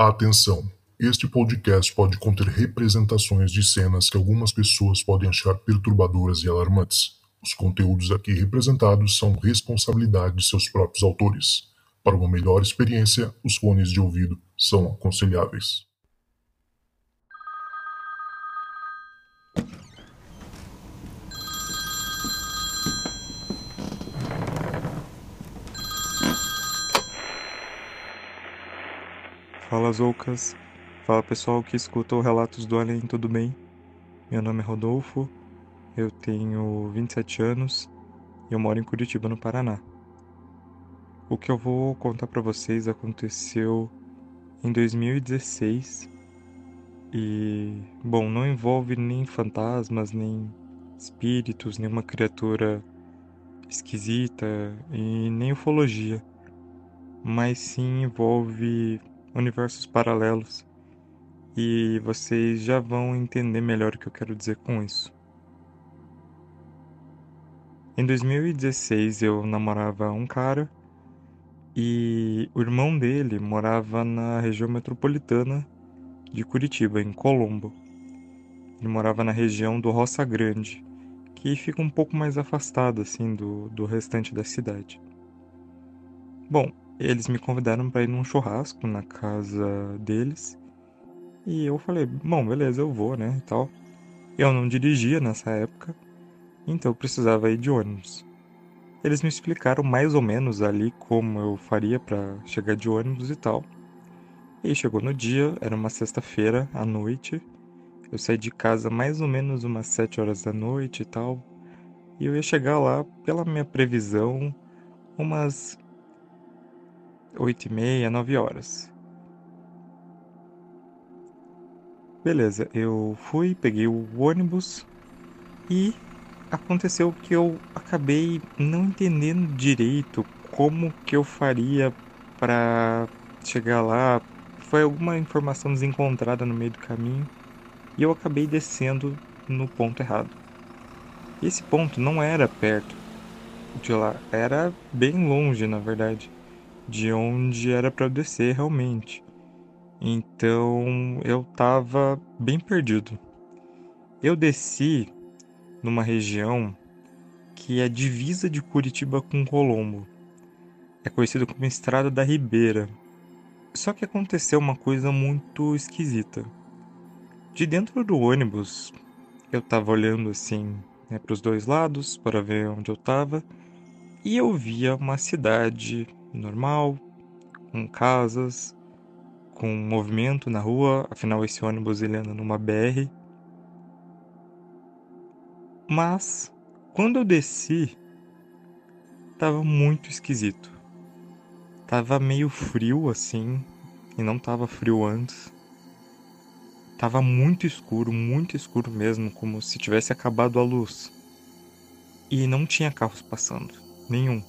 Atenção! Este podcast pode conter representações de cenas que algumas pessoas podem achar perturbadoras e alarmantes. Os conteúdos aqui representados são responsabilidade de seus próprios autores. Para uma melhor experiência, os fones de ouvido são aconselháveis. Fala Zoucas, fala pessoal que escuta o Relatos do Além, tudo bem? Meu nome é Rodolfo, eu tenho 27 anos e eu moro em Curitiba, no Paraná. O que eu vou contar pra vocês aconteceu em 2016 bom, não envolve nem fantasmas, nem espíritos, nenhuma criatura esquisita e nem ufologia, mas sim envolve universos paralelos. E vocês já vão entender melhor o que eu quero dizer com isso. Em 2016 eu namorava um cara e o irmão dele morava na região metropolitana de Curitiba, em Colombo. Ele morava na região do Roça Grande, que fica um pouco mais afastado assim do restante da cidade. Bom, eles me convidaram para ir num churrasco na casa deles e eu falei, bom, beleza, eu vou, né, e tal. Eu não dirigia nessa época, então eu precisava ir de ônibus. Eles me explicaram mais ou menos ali como eu faria para chegar de ônibus e tal. E chegou no dia, era uma sexta-feira à noite. Eu saí de casa mais ou menos umas 7 horas da noite e tal. E eu ia chegar lá, pela minha previsão, umas 8h30, 9 horas. Beleza, eu fui, peguei o ônibus e aconteceu que eu acabei não entendendo direito como que eu faria para chegar lá. Foi alguma informação desencontrada no meio do caminho e eu acabei descendo no ponto errado. E esse ponto não era perto de lá, era bem longe, na verdade, de onde era para eu descer realmente. Então eu tava bem perdido. Eu desci numa região que é divisa de Curitiba com Colombo. É conhecido como Estrada da Ribeira. Só que aconteceu uma coisa muito esquisita. De dentro do ônibus, eu tava olhando assim, né, para os dois lados para ver onde eu tava, e eu via uma cidade normal, com casas, com movimento na rua, afinal esse ônibus ele anda numa BR. Mas quando eu desci, tava muito esquisito. Tava meio frio assim, e não tava frio antes. Tava muito escuro mesmo, como se tivesse acabado a luz. E não tinha carros passando, nenhum.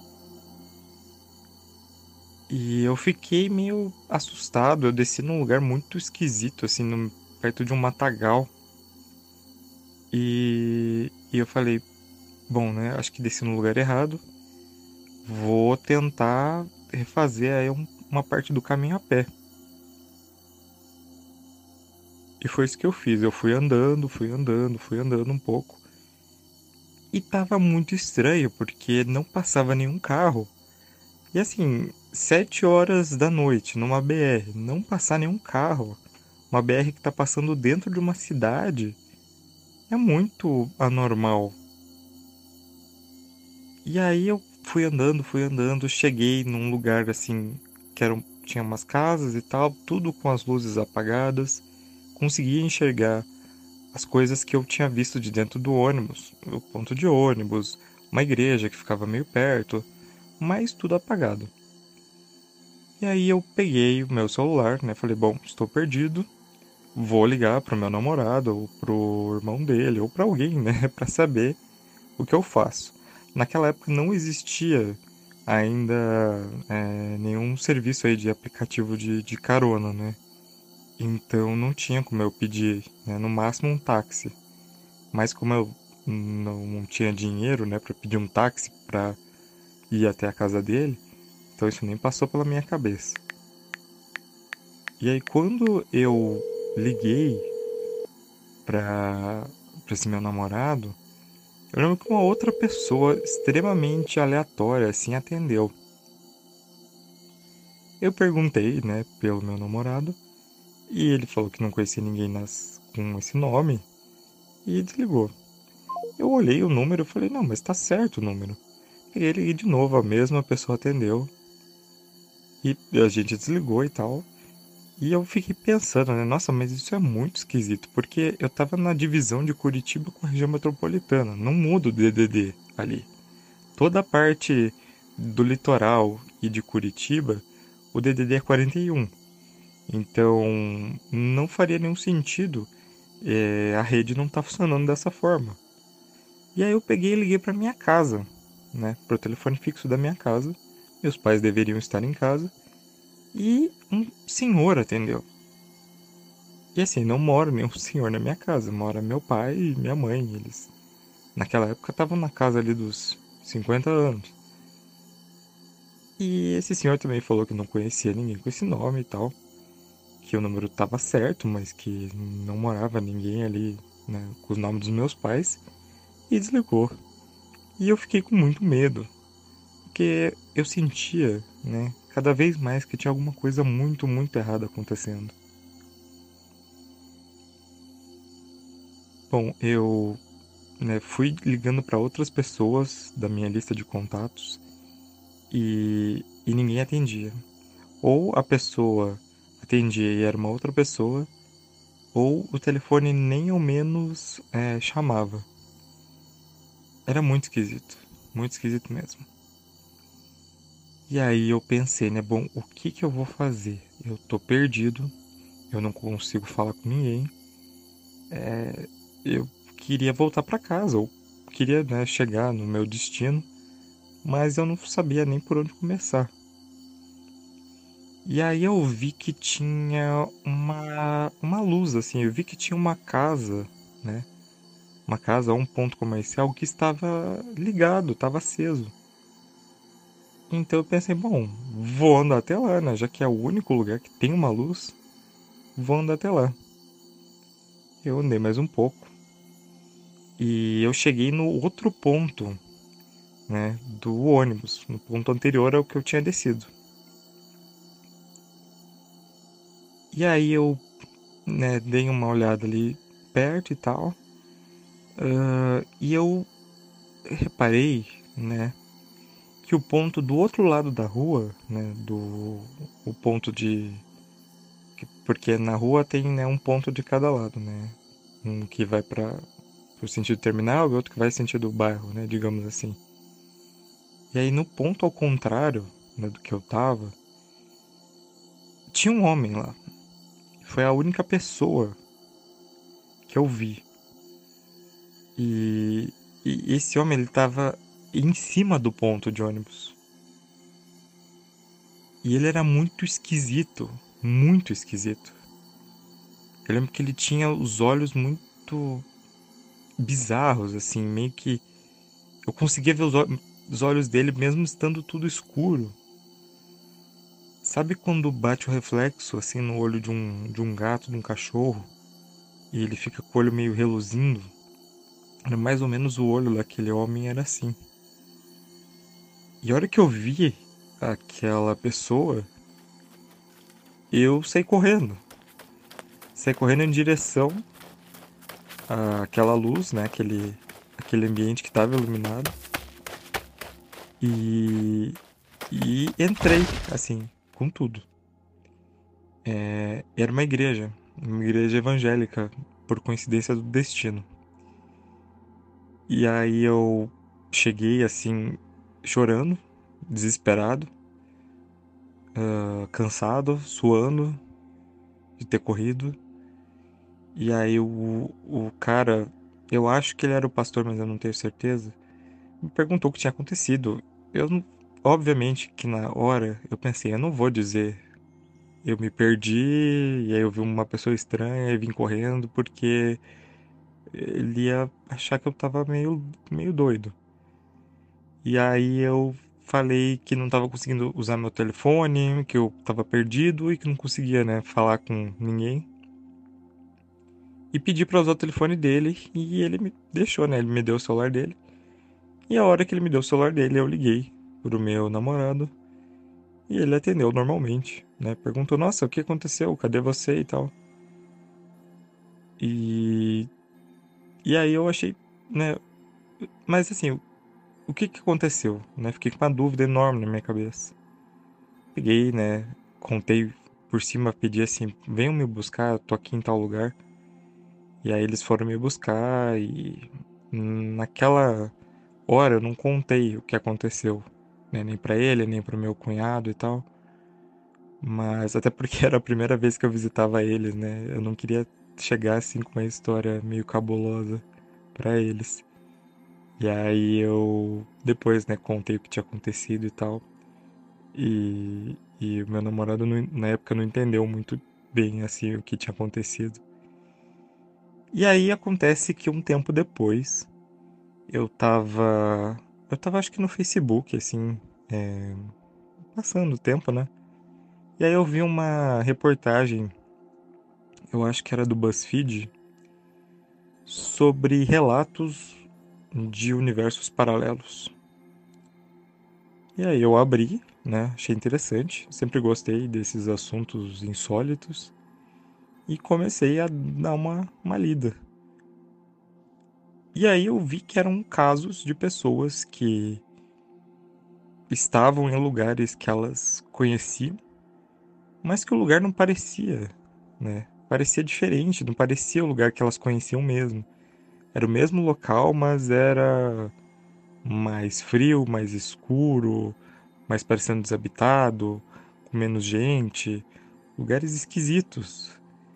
E eu fiquei meio assustado, eu desci num lugar muito esquisito, assim, perto de um matagal. E eu falei, bom, né, acho que desci no lugar errado. Vou tentar refazer aí uma parte do caminho a pé. E foi isso que eu fiz. Eu fui andando um pouco. E tava muito estranho, porque não passava nenhum carro. E assim, 7 horas da noite, numa BR, não passar nenhum carro. Uma BR que tá passando dentro de uma cidade é muito anormal. E aí eu fui andando, cheguei num lugar assim, tinha umas casas e tal, tudo com as luzes apagadas. Consegui enxergar as coisas que eu tinha visto de dentro do ônibus, o ponto de ônibus, uma igreja que ficava meio perto, mas tudo apagado. E aí eu peguei o meu celular, né? Falei, bom, estou perdido, vou ligar pro meu namorado, ou pro irmão dele, ou pra alguém, né? Pra saber o que eu faço. Naquela época não existia ainda nenhum serviço aí de aplicativo de carona, né? Então não tinha como eu pedir, né? No máximo um táxi. Mas como eu não tinha dinheiro, né, para pedir um táxi para ir até a casa dele, então isso nem passou pela minha cabeça. E aí quando eu liguei pra, pra esse meu namorado, eu lembro que uma outra pessoa extremamente aleatória assim atendeu. Eu perguntei, né, pelo meu namorado, e ele falou que não conhecia ninguém com esse nome e desligou. Eu olhei o número e falei, não, mas tá certo o número. Peguei e liguei de novo, a mesma pessoa atendeu e a gente desligou e tal. E eu fiquei pensando, né, nossa, mas isso é muito esquisito, porque eu tava na divisão de Curitiba com a região metropolitana, não muda o DDD ali. Toda a parte do litoral e de Curitiba, o DDD é 41. Então, não faria nenhum sentido a rede não tá funcionando dessa forma. E aí eu peguei e liguei para minha casa, né, pro telefone fixo da minha casa. Meus pais deveriam estar em casa e um senhor atendeu. E assim, não mora nenhum senhor na minha casa, mora meu pai e minha mãe. Eles, naquela época, estavam na casa ali dos 50 anos. E esse senhor também falou que não conhecia ninguém com esse nome e tal. Que o número estava certo, mas que não morava ninguém ali, né, com os nomes dos meus pais. E desligou. E eu fiquei com muito medo. Porque eu sentia, né, cada vez mais que tinha alguma coisa muito, muito errada acontecendo. Bom, eu, né, fui ligando para outras pessoas da minha lista de contatos e ninguém atendia. Ou a pessoa atendia e era uma outra pessoa, ou o telefone nem ao menos chamava. Era muito esquisito mesmo. E aí eu pensei, né, bom, o que que eu vou fazer? Eu tô perdido, eu não consigo falar com ninguém. Eu queria voltar para casa, ou queria, né, chegar no meu destino, mas eu não sabia nem por onde começar. E aí eu vi que tinha uma luz, assim, eu vi que tinha uma casa, né? Uma casa, um ponto comercial que estava ligado, estava aceso. Então eu pensei, bom, vou andar até lá, né? Já que é o único lugar que tem uma luz, vou andar até lá. Eu andei mais um pouco e eu cheguei no outro ponto, né, do ônibus, no ponto anterior ao que eu tinha descido. E aí eu, né, dei uma olhada ali perto e tal, e eu reparei, né, que o ponto do outro lado da rua, né, o ponto de porque na rua tem, né, um ponto de cada lado, né, um que vai para o sentido terminal e outro que vai sentido bairro, né, digamos assim. E aí no ponto ao contrário, né, do que eu tava, tinha um homem lá. Foi a única pessoa que eu vi. E, e esse homem ele tava em cima do ponto de ônibus. E ele era muito esquisito, muito esquisito. Eu lembro que ele tinha os olhos muito bizarros, assim, meio que eu conseguia ver os olhos dele mesmo estando tudo escuro. Sabe quando bate o reflexo assim no olho de um gato, de um cachorro, e ele fica com o olho meio reluzindo? Era mais ou menos o olho daquele homem era assim. E a hora que eu vi aquela pessoa, eu saí correndo. Saí correndo em direção àquela luz, né? Aquele ambiente que estava iluminado. E, e entrei, assim, com tudo. Era uma igreja evangélica, por coincidência do destino. E aí eu cheguei, assim, chorando, desesperado, cansado, suando de ter corrido. E aí o cara, eu acho que ele era o pastor, mas eu não tenho certeza, me perguntou o que tinha acontecido. Eu, obviamente que na hora eu pensei, eu não vou dizer. Eu me perdi, e aí eu vi uma pessoa estranha e vim correndo porque ele ia achar que eu tava meio doido. E aí eu falei que não estava conseguindo usar meu telefone, que eu estava perdido e que não conseguia, né, falar com ninguém. E pedi para usar o telefone dele e ele me deixou, né? Ele me deu o celular dele. E a hora que ele me deu o celular dele, eu liguei pro meu namorado e ele atendeu normalmente, né? Perguntou: "Nossa, o que aconteceu? Cadê você e tal?" E e aí eu achei, né, mas assim, o que que aconteceu, né? Fiquei com uma dúvida enorme na minha cabeça. Peguei, né, contei por cima, pedi assim: "Venham me buscar, eu tô aqui em tal lugar". E aí eles foram me buscar e naquela hora eu não contei o que aconteceu, né? Nem pra ele, nem pro meu cunhado e tal. Mas até porque era a primeira vez que eu visitava eles, né? Eu não queria chegar assim com uma história meio cabulosa pra eles. E aí eu depois, né, contei o que tinha acontecido e tal. E o meu namorado na época não entendeu muito bem assim o que tinha acontecido. E aí acontece que um tempo depois eu tava acho que no Facebook assim, passando o tempo, né? E aí eu vi uma reportagem, eu acho que era do BuzzFeed, sobre relatos de universos paralelos. E aí eu abri, né? Achei interessante, sempre gostei desses assuntos insólitos e comecei a dar uma lida. E aí eu vi que eram casos de pessoas que estavam em lugares que elas conheciam, mas que o lugar não parecia, né? Parecia diferente, não parecia o lugar que elas conheciam mesmo. Era o mesmo local, mas era mais frio, mais escuro, mais parecendo desabitado, com menos gente, lugares esquisitos.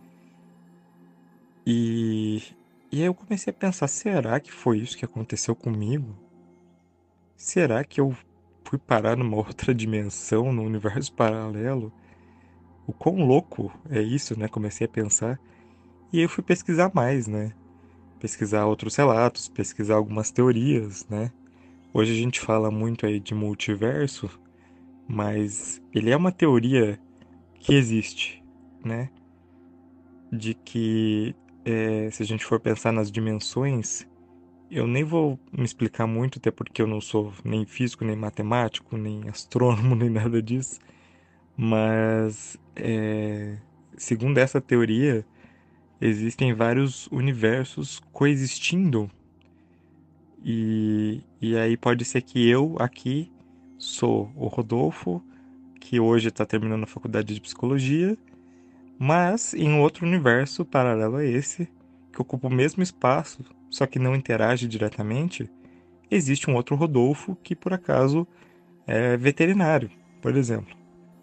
E, e aí eu comecei a pensar, será que foi isso que aconteceu comigo? Será que eu fui parar numa outra dimensão, num universo paralelo? O quão louco é isso, né? Comecei a pensar. E aí eu fui pesquisar mais, né? Pesquisar outros relatos, pesquisar algumas teorias, né? Hoje a gente fala muito aí de multiverso, mas ele é uma teoria que existe, né? De que se a gente for pensar nas dimensões, eu nem vou me explicar muito, até porque eu não sou nem físico, nem matemático, nem astrônomo, nem nada disso. Mas, segundo essa teoria, existem vários universos coexistindo. E aí pode ser que eu aqui sou o Rodolfo, que hoje está terminando a faculdade de psicologia, mas em outro universo paralelo a esse, que ocupa o mesmo espaço, só que não interage diretamente, existe um outro Rodolfo que por acaso é veterinário, por exemplo.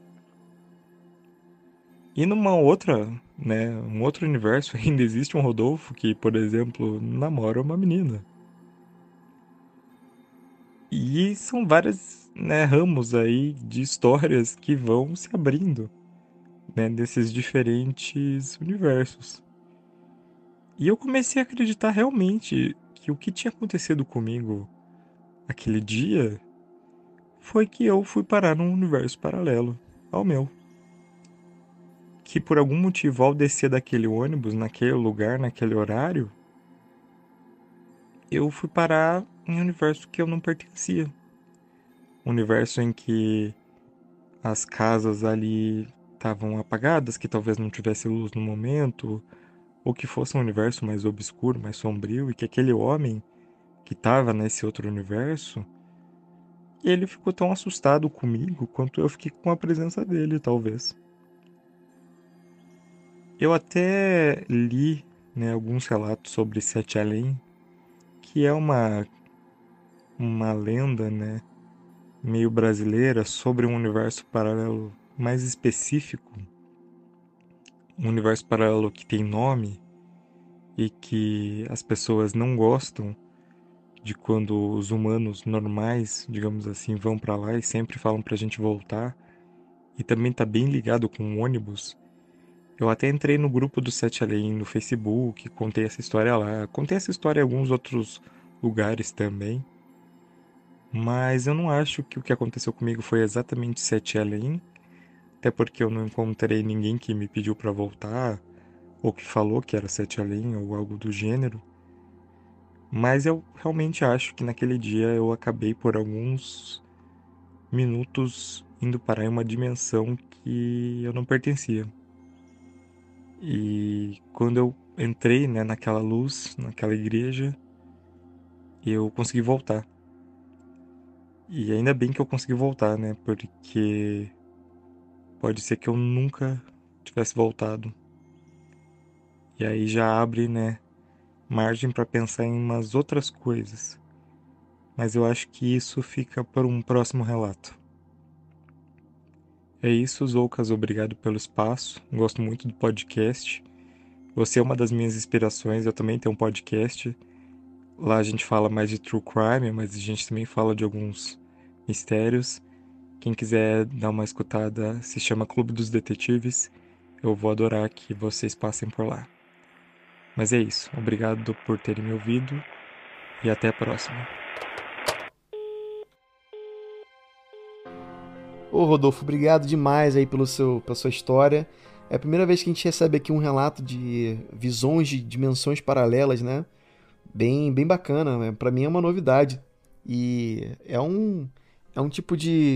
E numa outra, né, um outro universo ainda existe um Rodolfo que, por exemplo, namora uma menina. E são vários, né, ramos aí de histórias que vão se abrindo, né, desses diferentes universos. E eu comecei a acreditar realmente que o que tinha acontecido comigo aquele dia foi que eu fui parar num universo paralelo ao meu. Que por algum motivo, ao descer daquele ônibus, naquele lugar, naquele horário, eu fui parar em um universo que eu não pertencia. Um universo em que as casas ali estavam apagadas, que talvez não tivesse luz no momento, ou que fosse um universo mais obscuro, mais sombrio, e que aquele homem que estava nesse outro universo, ele ficou tão assustado comigo quanto eu fiquei com a presença dele, talvez. Eu até li, né, alguns relatos sobre Sete Além, que é uma lenda, né, meio brasileira sobre um universo paralelo mais específico, um universo paralelo que tem nome e que as pessoas não gostam de quando os humanos normais, digamos assim, vão para lá e sempre falam pra gente voltar. E também tá bem ligado com o ônibus. Eu até entrei no grupo do Sete Além no Facebook, contei essa história lá, contei essa história em alguns outros lugares também. Mas eu não acho que o que aconteceu comigo foi exatamente Sete Além, até porque eu não encontrei ninguém que me pediu pra voltar, ou que falou que era Sete Além, ou algo do gênero. Mas eu realmente acho que naquele dia eu acabei por alguns minutos indo parar em uma dimensão que eu não pertencia. E quando eu entrei, né, naquela luz, naquela igreja, eu consegui voltar. E ainda bem que eu consegui voltar, né? Porque pode ser que eu nunca tivesse voltado. E aí já abre, né, margem para pensar em umas outras coisas. Mas eu acho que isso fica para um próximo relato. É isso, Zoucas, obrigado pelo espaço. Gosto muito do podcast. Você é uma das minhas inspirações, eu também tenho um podcast. Lá a gente fala mais de true crime, mas a gente também fala de alguns mistérios. Quem quiser dar uma escutada, se chama Clube dos Detetives. Eu vou adorar que vocês passem por lá. Mas é isso. Obrigado por terem me ouvido e até a próxima. Ô Rodolfo, obrigado demais aí pela sua história. É a primeira vez que a gente recebe aqui um relato de visões de dimensões paralelas, né? Bem bacana, né? Para mim é uma novidade. E é um tipo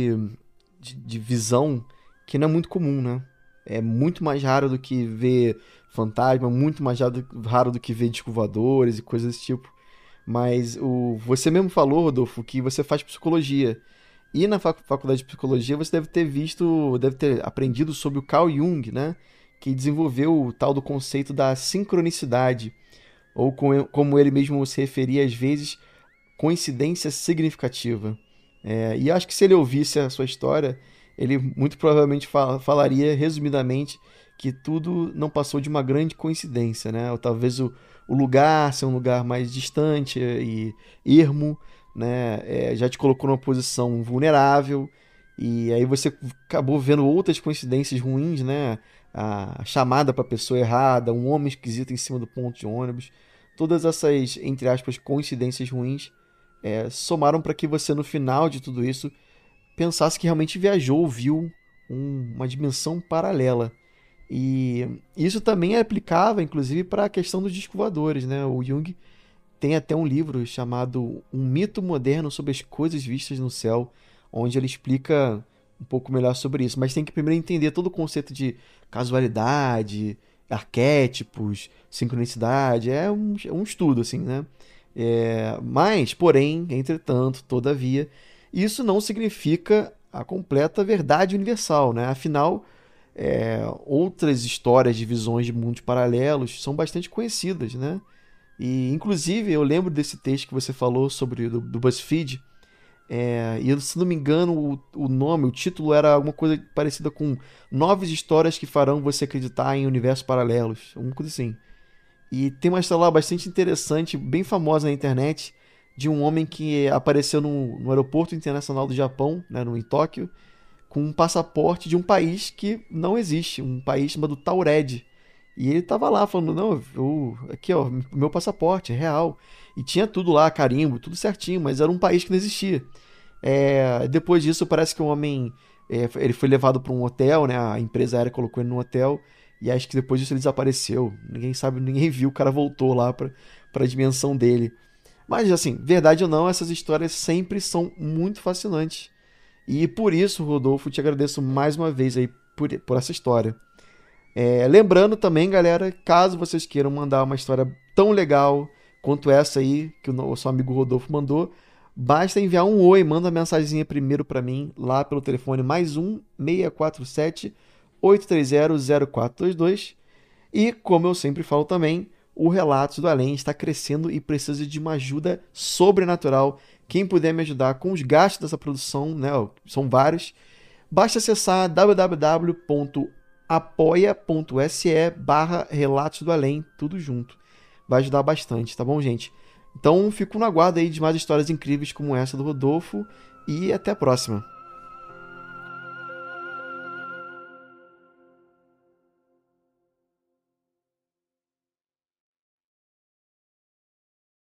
de visão que não é muito comum, né? É muito mais raro do que ver fantasma, muito mais raro do que ver disco voadores e coisas desse tipo. Mas você mesmo falou, Rodolfo, que você faz psicologia. E na faculdade de psicologia você deve ter aprendido sobre o Carl Jung, né? Que desenvolveu o tal do conceito da sincronicidade, ou como ele mesmo se referia às vezes, coincidência significativa. E acho que se ele ouvisse a sua história, ele muito provavelmente falaria resumidamente que tudo não passou de uma grande coincidência, né? Ou talvez o lugar ser um lugar mais distante e ermo, né? Já te colocou numa posição vulnerável e aí você acabou vendo outras coincidências ruins, né? A chamada para a pessoa errada, um homem esquisito em cima do ponto de ônibus, todas essas entre aspas coincidências ruins somaram para que você no final de tudo isso pensasse que realmente viajou, viu uma dimensão paralela. E isso também é aplicável, inclusive, para a questão dos discos voadores, né? O Jung tem até um livro chamado Um Mito Moderno sobre as Coisas Vistas no Céu, onde ele explica um pouco melhor sobre isso. Mas tem que primeiro entender todo o conceito de casualidade, arquétipos, sincronicidade. É um estudo, assim, né? Mas, porém, entretanto, todavia, isso não significa a completa verdade universal, né? Afinal, outras histórias de visões de mundos paralelos são bastante conhecidas, né? E, inclusive, eu lembro desse texto que você falou sobre do BuzzFeed, e se não me engano, o nome, o título era alguma coisa parecida com Nove histórias que farão você acreditar em universos paralelos, alguma coisa assim. E tem uma história lá bastante interessante, bem famosa na internet, de um homem que apareceu no aeroporto internacional do Japão, né, em Tóquio, com um passaporte de um país que não existe, um país chamado Taured. E ele tava lá falando, não, aqui ó, meu passaporte é real. E tinha tudo lá, carimbo, tudo certinho, mas era um país que não existia. Depois disso, parece que o homem ele foi levado para um hotel, né? A empresa aérea colocou ele no hotel. E acho que depois disso ele desapareceu. Ninguém sabe, ninguém viu, o cara voltou lá para a dimensão dele. Mas assim, verdade ou não, essas histórias sempre são muito fascinantes. E por isso, Rodolfo, te agradeço mais uma vez aí por essa história. Lembrando também, galera, caso vocês queiram mandar uma história tão legal quanto essa aí que o nosso amigo Rodolfo mandou, basta enviar um oi, manda uma mensagenzinha primeiro para mim lá pelo telefone +1 647 830 0422. E como eu sempre falo também, o Relatos do Além está crescendo e precisa de uma ajuda sobrenatural. Quem puder me ajudar com os gastos dessa produção, né, são vários, basta acessar www.apoia.se/Relatos do Além, tudo junto. Vai ajudar bastante, tá bom, gente? Então fico no aguardo aí de mais histórias incríveis como essa do Rodolfo e até a próxima.